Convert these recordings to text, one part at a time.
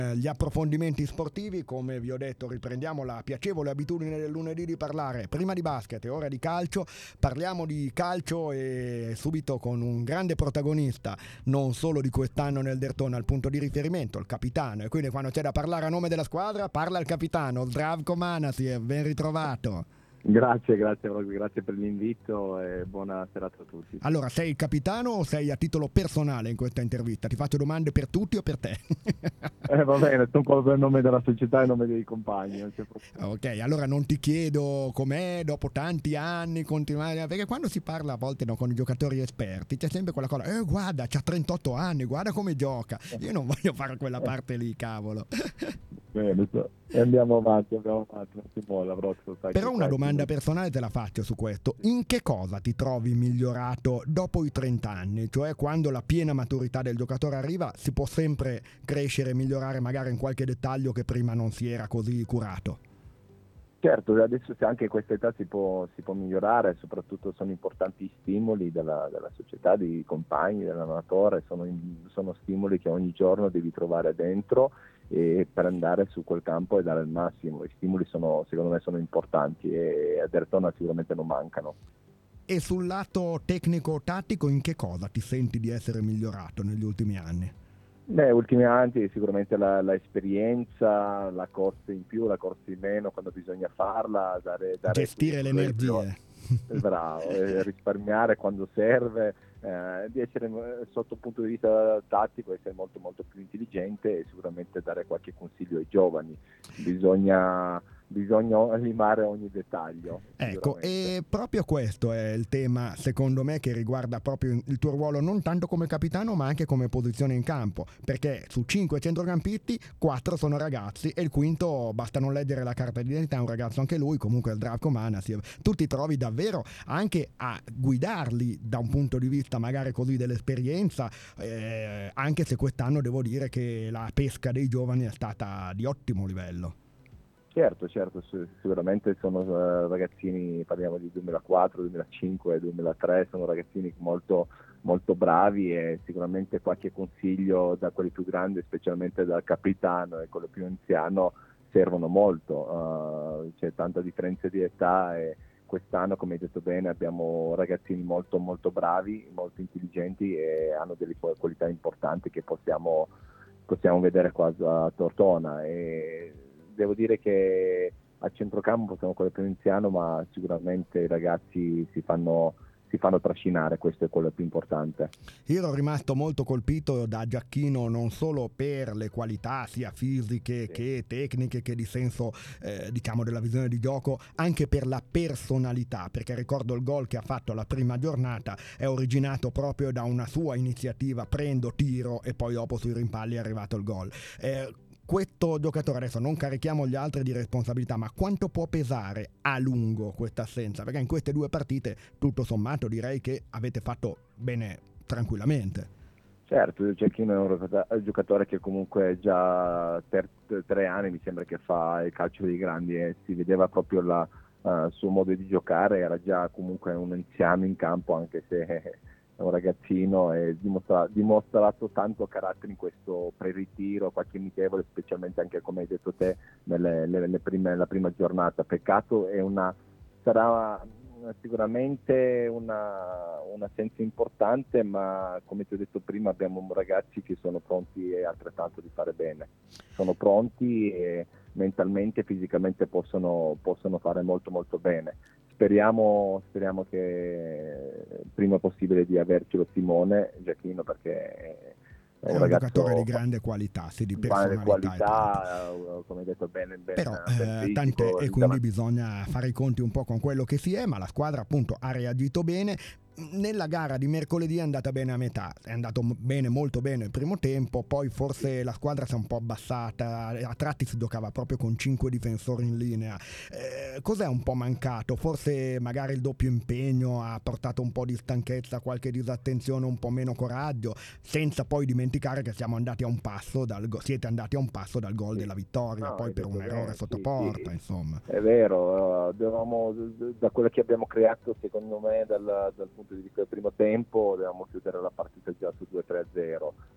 Gli approfondimenti sportivi, come vi ho detto, riprendiamo la piacevole abitudine del lunedì di parlare prima di basket e ora di calcio. Parliamo di calcio e subito con un grande protagonista, non solo di quest'anno nel Dertona, al punto di riferimento, il capitano, e quindi quando c'è da parlare a nome della squadra parla il capitano Zdravko Manasiev. Ben ritrovato. Grazie per l'invito e buona serata a tutti. Allora, sei il capitano o sei a titolo personale in questa intervista? Ti faccio domande per tutti o per te? Va bene, sto un po' per il nome della società e il nome dei compagni. Non c'è problema. Ok, allora non ti chiedo com'è dopo tanti anni continuare, perché quando si parla a volte, no, con i giocatori esperti c'è sempre quella cosa, guarda, c'ha 38 anni, guarda come gioca. Io non voglio fare quella parte lì, cavolo. Bene, e andiamo avanti, non si molla, sai Però che una qua è domanda finito. personale te la faccio su questo. In che cosa ti trovi migliorato dopo i 30 anni? Cioè quando la piena maturità del giocatore arriva si può sempre crescere e migliorare magari in qualche dettaglio che prima non si era così curato. Certo, adesso anche a questa età si può migliorare, soprattutto sono importanti i stimoli della società, dei compagni, dell'allenatore, sono stimoli che ogni giorno devi trovare dentro e per andare su quel campo e dare il massimo. I stimoli secondo me sono importanti e a Dertona sicuramente non mancano. E sul lato tecnico-tattico in che cosa ti senti di essere migliorato negli ultimi anni? Beh, ultimi anni sicuramente la esperienza, la corsa in più, la corsa in meno quando bisogna farla, dare Gestire le energie. bravo, risparmiare quando serve, di essere sotto il punto di vista tattico, essere molto molto più intelligente e sicuramente dare qualche consiglio ai giovani. Bisogna limare ogni dettaglio. Ecco, e proprio questo è il tema, secondo me, che riguarda proprio il tuo ruolo non tanto come capitano, ma anche come posizione in campo, perché su 5 centrocampisti, 4 sono ragazzi e il quinto, basta non leggere la carta d'identità, è un ragazzo anche lui, comunque è Zdravko Manasiev. Tu ti trovi davvero anche a guidarli da un punto di vista magari così dell'esperienza, anche se quest'anno devo dire che la pesca dei giovani è stata di ottimo livello. Certo, sicuramente sono ragazzini, parliamo di 2004, 2005, 2003, sono ragazzini molto, molto bravi e sicuramente qualche consiglio da quelli più grandi, specialmente dal capitano e quello più anziano, servono molto. C'è tanta differenza di età e quest'anno, come hai detto bene, abbiamo ragazzini molto, molto bravi, molto intelligenti e hanno delle qualità importanti che possiamo vedere qua a Tortona. E devo dire che a centrocampo siamo quello più anziano, ma sicuramente i ragazzi si fanno trascinare, questo è quello più importante. Io ero rimasto molto colpito da Giacchino non solo per le qualità sia fisiche che tecniche che di senso diciamo della visione di gioco, anche per la personalità, perché ricordo il gol che ha fatto la prima giornata è originato proprio da una sua iniziativa, prendo, tiro e poi dopo sui rimpalli è arrivato il gol. Questo giocatore, adesso non carichiamo gli altri di responsabilità, ma quanto può pesare a lungo questa assenza? Perché in queste due partite, tutto sommato, direi che avete fatto bene tranquillamente. Certo, Giacchino è un giocatore che comunque già per 3 anni mi sembra che fa il calcio dei grandi e si vedeva proprio il suo modo di giocare, era già comunque un anziano in campo anche se è un ragazzino e dimostrato tanto carattere in questo pre-ritiro, qualche amichevole, specialmente anche come hai detto te la prima giornata. Peccato sarà sicuramente un'assenza importante, ma come ti ho detto prima abbiamo ragazzi che sono pronti e altrettanto di fare bene, sono pronti e mentalmente e fisicamente possono fare molto molto bene. Speriamo che prima possibile di avercelo Simone Giacchino, perché è È un un giocatore di ragazzo grande qualità, sì, di di personalità e tanto. qualità, come hai detto ben Però tant'è, fisico, e quindi bisogna fare i conti un po' con quello che si è, ma la squadra appunto ha reagito bene. Nella gara di mercoledì è andata bene a metà, è andato bene, molto bene il primo tempo, poi forse la squadra si è un po' abbassata, a tratti si giocava proprio con 5 difensori in linea. Cos'è un po' mancato? Forse magari il doppio impegno ha portato un po' di stanchezza, qualche disattenzione, un po' meno coraggio, senza poi dimenticare che siete andati a un passo dal gol sì. della vittoria, No, poi hai per un detto errore bene, sotto sì, porta, sì, insomma. è vero, da quello che abbiamo creato secondo me dal punto di vista del primo tempo, dovevamo chiudere la partita già su 2-3-0,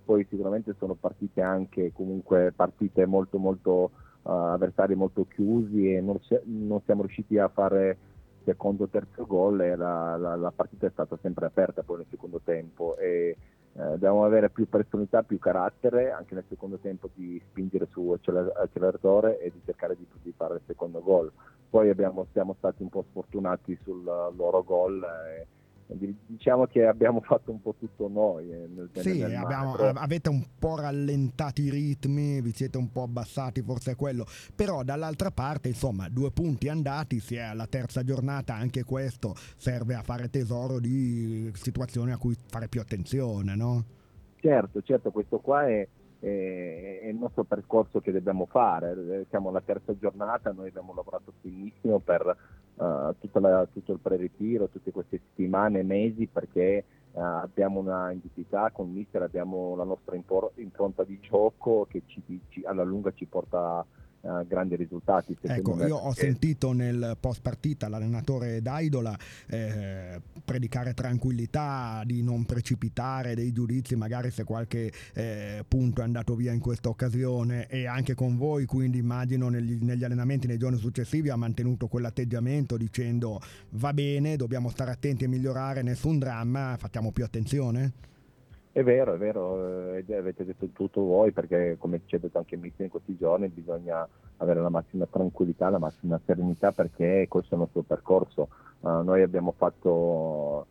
poi sicuramente sono partite anche comunque partite molto molto avversari molto chiusi e non siamo riusciti a fare secondo o terzo gol e la partita è stata sempre aperta poi nel secondo tempo e dobbiamo avere più personalità, più carattere anche nel secondo tempo di spingere su acceleratore e di cercare di fare il secondo gol. Poi siamo stati un po' sfortunati sul loro gol. Diciamo che abbiamo fatto un po' tutto noi nel bene e nel male. Avete un po' rallentato i ritmi, vi siete un po' abbassati, forse è quello, però dall'altra parte insomma 2 punti andati, si è alla terza giornata, anche questo serve a fare tesoro di situazioni a cui fare più attenzione, no? Certo, questo qua è il nostro percorso che dobbiamo fare. Siamo alla terza giornata, noi abbiamo lavorato benissimo per tutto il pre-ritiro, tutte queste settimane, mesi, perché abbiamo una identità con mister, abbiamo la nostra impronta di gioco che alla lunga ci porta a grandi risultati. Ecco, io ho sentito nel post partita l'allenatore Daidola predicare tranquillità, di non precipitare dei giudizi, magari se qualche punto è andato via in questa occasione, e anche con voi, quindi immagino negli allenamenti nei giorni successivi ha mantenuto quell'atteggiamento dicendo va bene, dobbiamo stare attenti e migliorare, nessun dramma, facciamo più attenzione? È vero, avete detto tutto voi, perché come ci ha detto anche il mister in questi giorni bisogna avere la massima tranquillità, la massima serenità, perché questo è il nostro percorso. Noi abbiamo fatto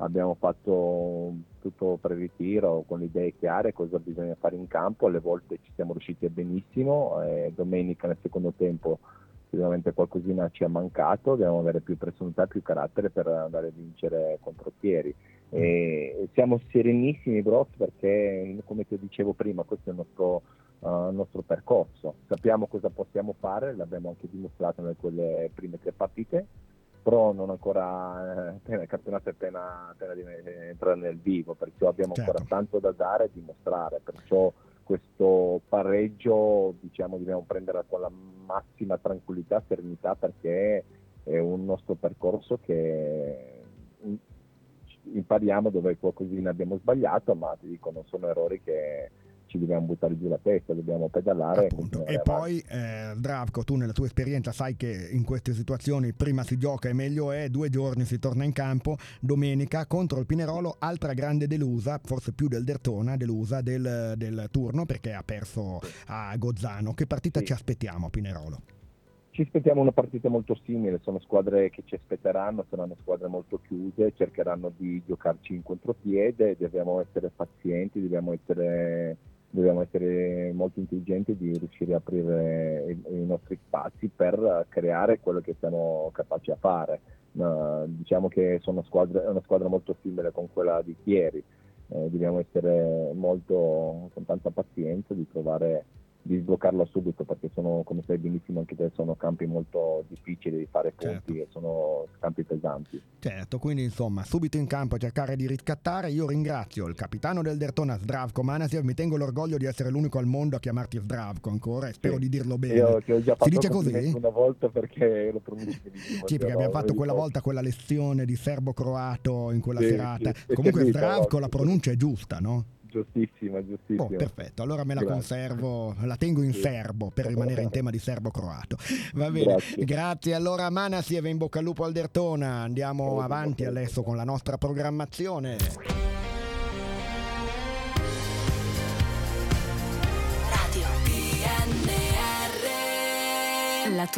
tutto pre-ritiro con le idee chiare, cosa bisogna fare in campo, alle volte ci siamo riusciti benissimo, domenica nel secondo tempo sicuramente qualcosina ci è mancato, dobbiamo avere più personalità, più carattere per andare a vincere contro Chieri. E siamo serenissimi, Brock, perché come ti dicevo prima questo è il nostro percorso, sappiamo cosa possiamo fare, l'abbiamo anche dimostrato nelle quelle prime 3 partite, però non ancora il campionato è appena di entrare nel vivo, perciò abbiamo ancora tanto da dare e dimostrare, perciò questo pareggio dobbiamo prenderla con la massima tranquillità, serenità, perché è un nostro percorso che impariamo dove qualcosina abbiamo sbagliato, ma ti dico non sono errori che ci dobbiamo buttare giù la testa, dobbiamo pedalare. E poi Zdravko, tu nella tua esperienza sai che in queste situazioni prima si gioca e meglio è, 2 giorni si torna in campo, domenica contro il Pinerolo, altra grande delusa, forse più del Dertona, delusa del turno, perché ha perso a Gozzano. Che partita ci aspettiamo a Pinerolo? Ci aspettiamo una partita molto simile, sono squadre che ci aspetteranno, saranno squadre molto chiuse, cercheranno di giocarci in contropiede, dobbiamo essere pazienti, dobbiamo essere molto intelligenti di riuscire a aprire i nostri spazi per creare quello che siamo capaci a fare. Diciamo che è una squadra molto simile con quella di Chieri, dobbiamo essere molto con tanta pazienza di sbloccarla subito, perché sono, come sai benissimo anche te, sono campi molto difficili di fare punti e sono campi pesanti. Certo, quindi insomma subito in campo a cercare di riscattare. Io ringrazio il capitano del Dertona, Zdravko Manasiev, mi tengo l'orgoglio di essere l'unico al mondo a chiamarti Zdravko ancora e spero di dirlo bene. Io ti ho già fatto si dice così? Una volta, perché lo pronunci benissimo. Sì, perché abbiamo fatto quella lezione di serbo-croato in quella serata. Comunque Zdravko la pronuncia è giusta, no? Giustissima. Perfetto, allora me la conservo, la tengo in serbo per rimanere in tema di serbo-croato. Va bene, grazie. Allora Manasiev, in bocca al lupo al Dertona. Andiamo avanti adesso con la nostra programmazione. Radio PNR.